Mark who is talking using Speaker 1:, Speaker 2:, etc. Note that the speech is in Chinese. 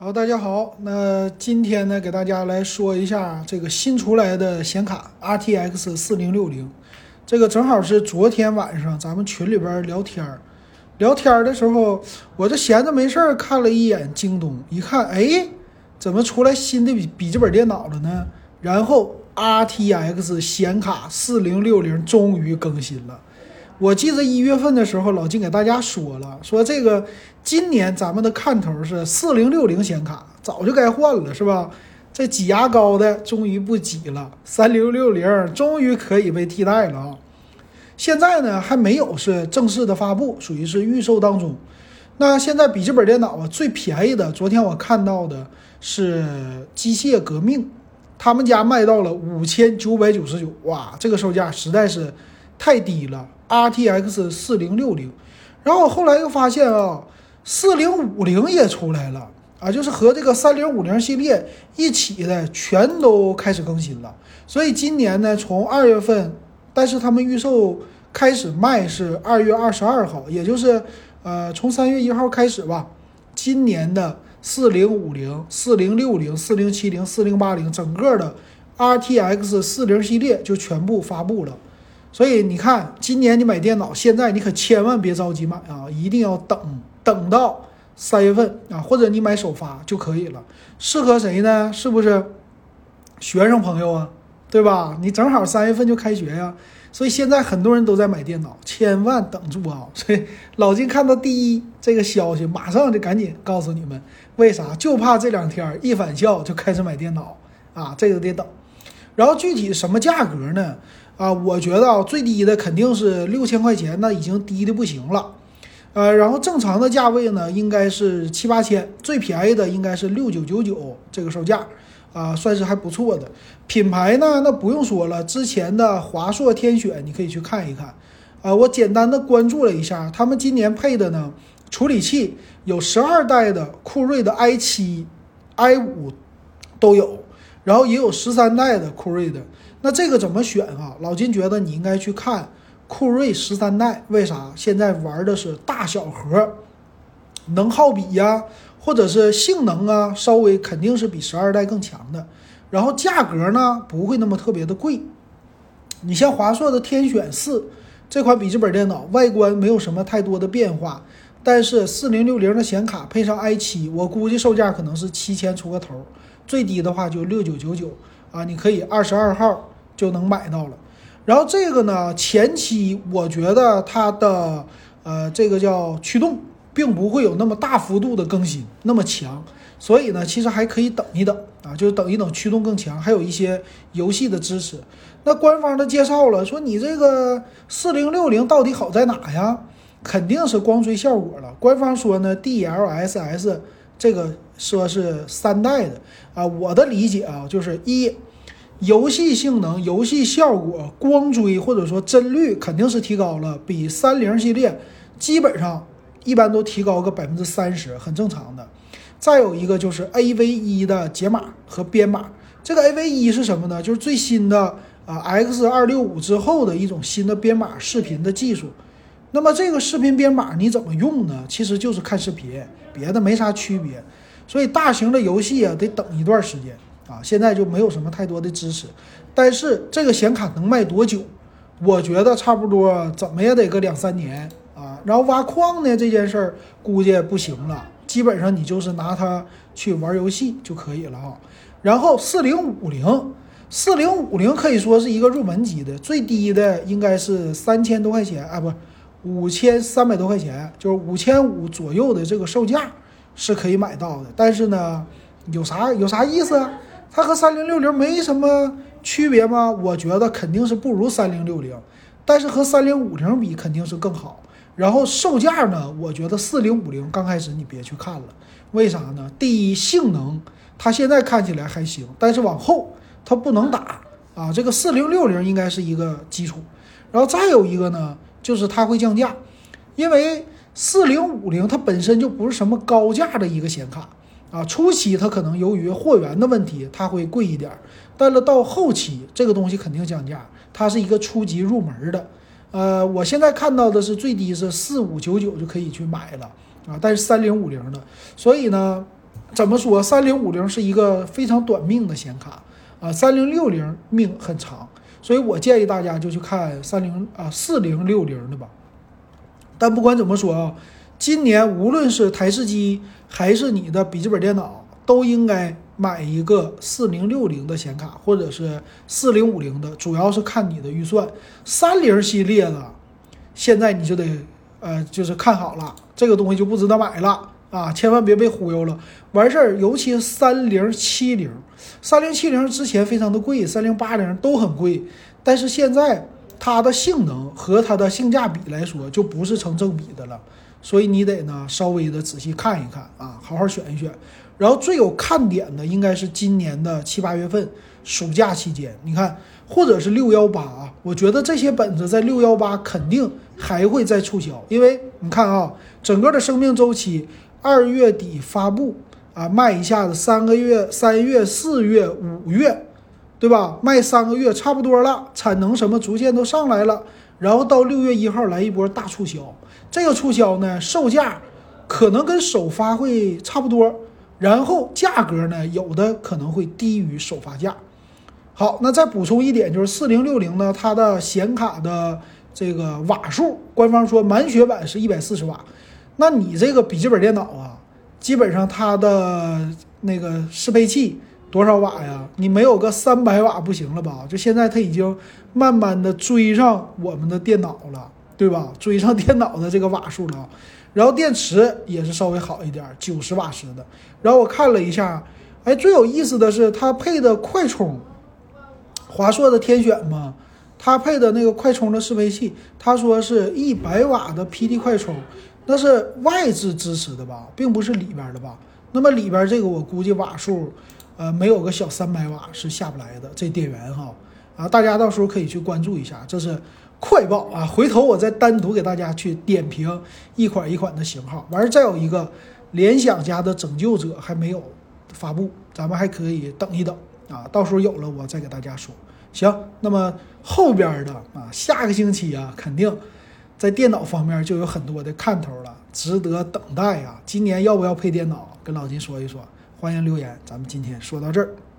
Speaker 1: 好，大家好，那今天呢，给大家来说一下这个新出来的显卡 RTX 4060，这个正好是昨天晚上咱们群里边聊天的时候，我这闲着没事儿看了一眼京东，一看，哎，怎么出来新的笔记本电脑了呢？然后 RTX 显卡4060终于更新了。我记得1月份的时候，老金给大家说了，说这个今年咱们的看头是4060显卡，早就该换了，是吧？这挤牙膏的终于不挤了，3060终于可以被替代了啊！现在呢还没有是正式的发布，属于是预售当中。那现在笔记本电脑啊，最便宜的，昨天我看到的是机械革命，他们家卖到了5999，哇，这个售价实在是太低了。RTX 4060，然后后来又发现啊，4050也出来了啊，就是和这个3050系列一起的全都开始更新了。所以今年呢，从2月份，但是他们预售开始卖是2月22号，也就是从3月1号开始吧。今年的4050、4060、4070、4080整个的 RTX 40系列就全部发布了。所以你看，今年你买电脑，现在你可千万别着急买啊，一定要等到3月份啊，或者你买首发就可以了。适合谁呢？是不是学生朋友啊？对吧？你正好3月份就开学呀，所以现在很多人都在买电脑，千万等住啊！所以老金看到第一这个消息，马上就赶紧告诉你们，为啥？就怕这2天一返校就开始买电脑啊，这个得等。然后具体什么价格呢？我觉得最低的肯定是6000块钱，那已经低的不行了。然后正常的价位呢，应该是7、8千，最便宜的应该是6999这个售价，算是还不错的。品牌呢，那不用说了，之前的华硕、天选你可以去看一看。我简单的关注了一下，他们今年配的呢，处理器有12代的酷睿的 i7、i5 都有，然后也有13代的酷睿的。那这个怎么选啊？老金觉得你应该去看酷睿13代，为啥？现在玩的是大小核，能耗比呀，或者是性能啊，稍微肯定是比12代更强的。然后价格呢，不会那么特别的贵。你像华硕的天选4这款笔记本电脑，外观没有什么太多的变化，但是4060的显卡配上 i7，我估计售价可能是7000出个头，最低的话就6999啊，你可以22号就能买到了。然后这个呢，前期我觉得它的这个叫驱动并不会有那么大幅度的更新那么强，所以呢其实还可以等一等啊，就是等一等驱动更强，还有一些游戏的支持。那官方的介绍了，说你这个4060到底好在哪呀？肯定是光追效果了。官方说呢 DLSS 这个说是3代的我的理解就是游戏性能、游戏效果、光追或者说帧率肯定是提高了，比30系列基本上一般都提高个30%，很正常的。再有一个就是 AV1 的解码和编码，这个 AV1 是什么呢？就是最新的X265之后的一种新的编码视频的技术。那么这个视频编码你怎么用呢？其实就是看视频，别的没啥区别。所以大型的游戏得等一段时间。现在就没有什么太多的支持，但是这个显卡能卖多久？我觉得差不多怎么也得个2-3年然后挖矿呢这件事儿估计不行了，基本上你就是拿它去玩游戏就可以了然后4050可以说是一个入门级的，最低的应该是3000多块钱不5300多块钱，就是5500左右的这个售价是可以买到的。但是呢，有啥意思啊？它和3060没什么区别吗？我觉得肯定是不如3060，但是和3050比肯定是更好。然后售价呢，我觉得4050刚开始你别去看了，为啥呢？第一，性能它现在看起来还行，但是往后它不能打这个4060应该是一个基础。然后再有一个呢，就是它会降价，因为4050它本身就不是什么高价的一个显卡初期它可能由于货源的问题它会贵一点，但是到后期这个东西肯定降价，它是一个初级入门的。我现在看到的是最低是4599就可以去买了但是3050的，所以呢怎么说，3050是一个非常短命的显卡啊，3060命很长，所以我建议大家就去看4060的吧。但不管怎么说啊，今年无论是台式机还是你的笔记本电脑，都应该买一个4060的显卡，或者是4050的，主要是看你的预算。30系列的，现在你就得就是看好了，这个东西就不值得买了啊，千万别被忽悠了。完事儿，尤其3070之前非常的贵，3080都很贵，但是现在它的性能和它的性价比来说就不是成正比的了，所以你得呢稍微的仔细看一看啊，好好选一选。然后最有看点的应该是今年的7、8月份暑假期间，你看，或者是618啊，我觉得这些本子在618肯定还会再促销，因为你看啊，整个的生命周期2月底发布啊，卖一下子3个月、3月、4月、5月，对吧？卖3个月差不多了，产能什么逐渐都上来了，然后到6月1号来一波大促销。这个促销呢，售价可能跟首发会差不多，然后价格呢，有的可能会低于首发价。好，那再补充一点，就是4060呢，它的显卡的这个瓦数，官方说满血版是140瓦。那你这个笔记本电脑啊，基本上它的那个适配器多少瓦呀？你没有个300瓦不行了吧？就现在它已经慢慢的追上我们的电脑了，对吧？追上电脑的这个瓦数了。然后电池也是稍微好一点，90瓦时的。然后我看了一下，哎，最有意思的是它配的快充，华硕的天选嘛，它配的那个快充的适配器，他说是100瓦的 PD 快充，那是外置支持的吧，并不是里边的吧？那么里边这个我估计瓦数，没有个小300瓦是下不来的，这电源哈啊，大家到时候可以去关注一下，这是快报啊，回头我再单独给大家去点评一款一款的型号。完事再有一个联想家的拯救者还没有发布，咱们还可以等一等啊，到时候有了我再给大家说。行，那么后边的啊，下个星期啊，肯定在电脑方面就有很多的看头了，值得等待啊。今年要不要配电脑，跟老金说一说，欢迎留言。咱们今天说到这儿。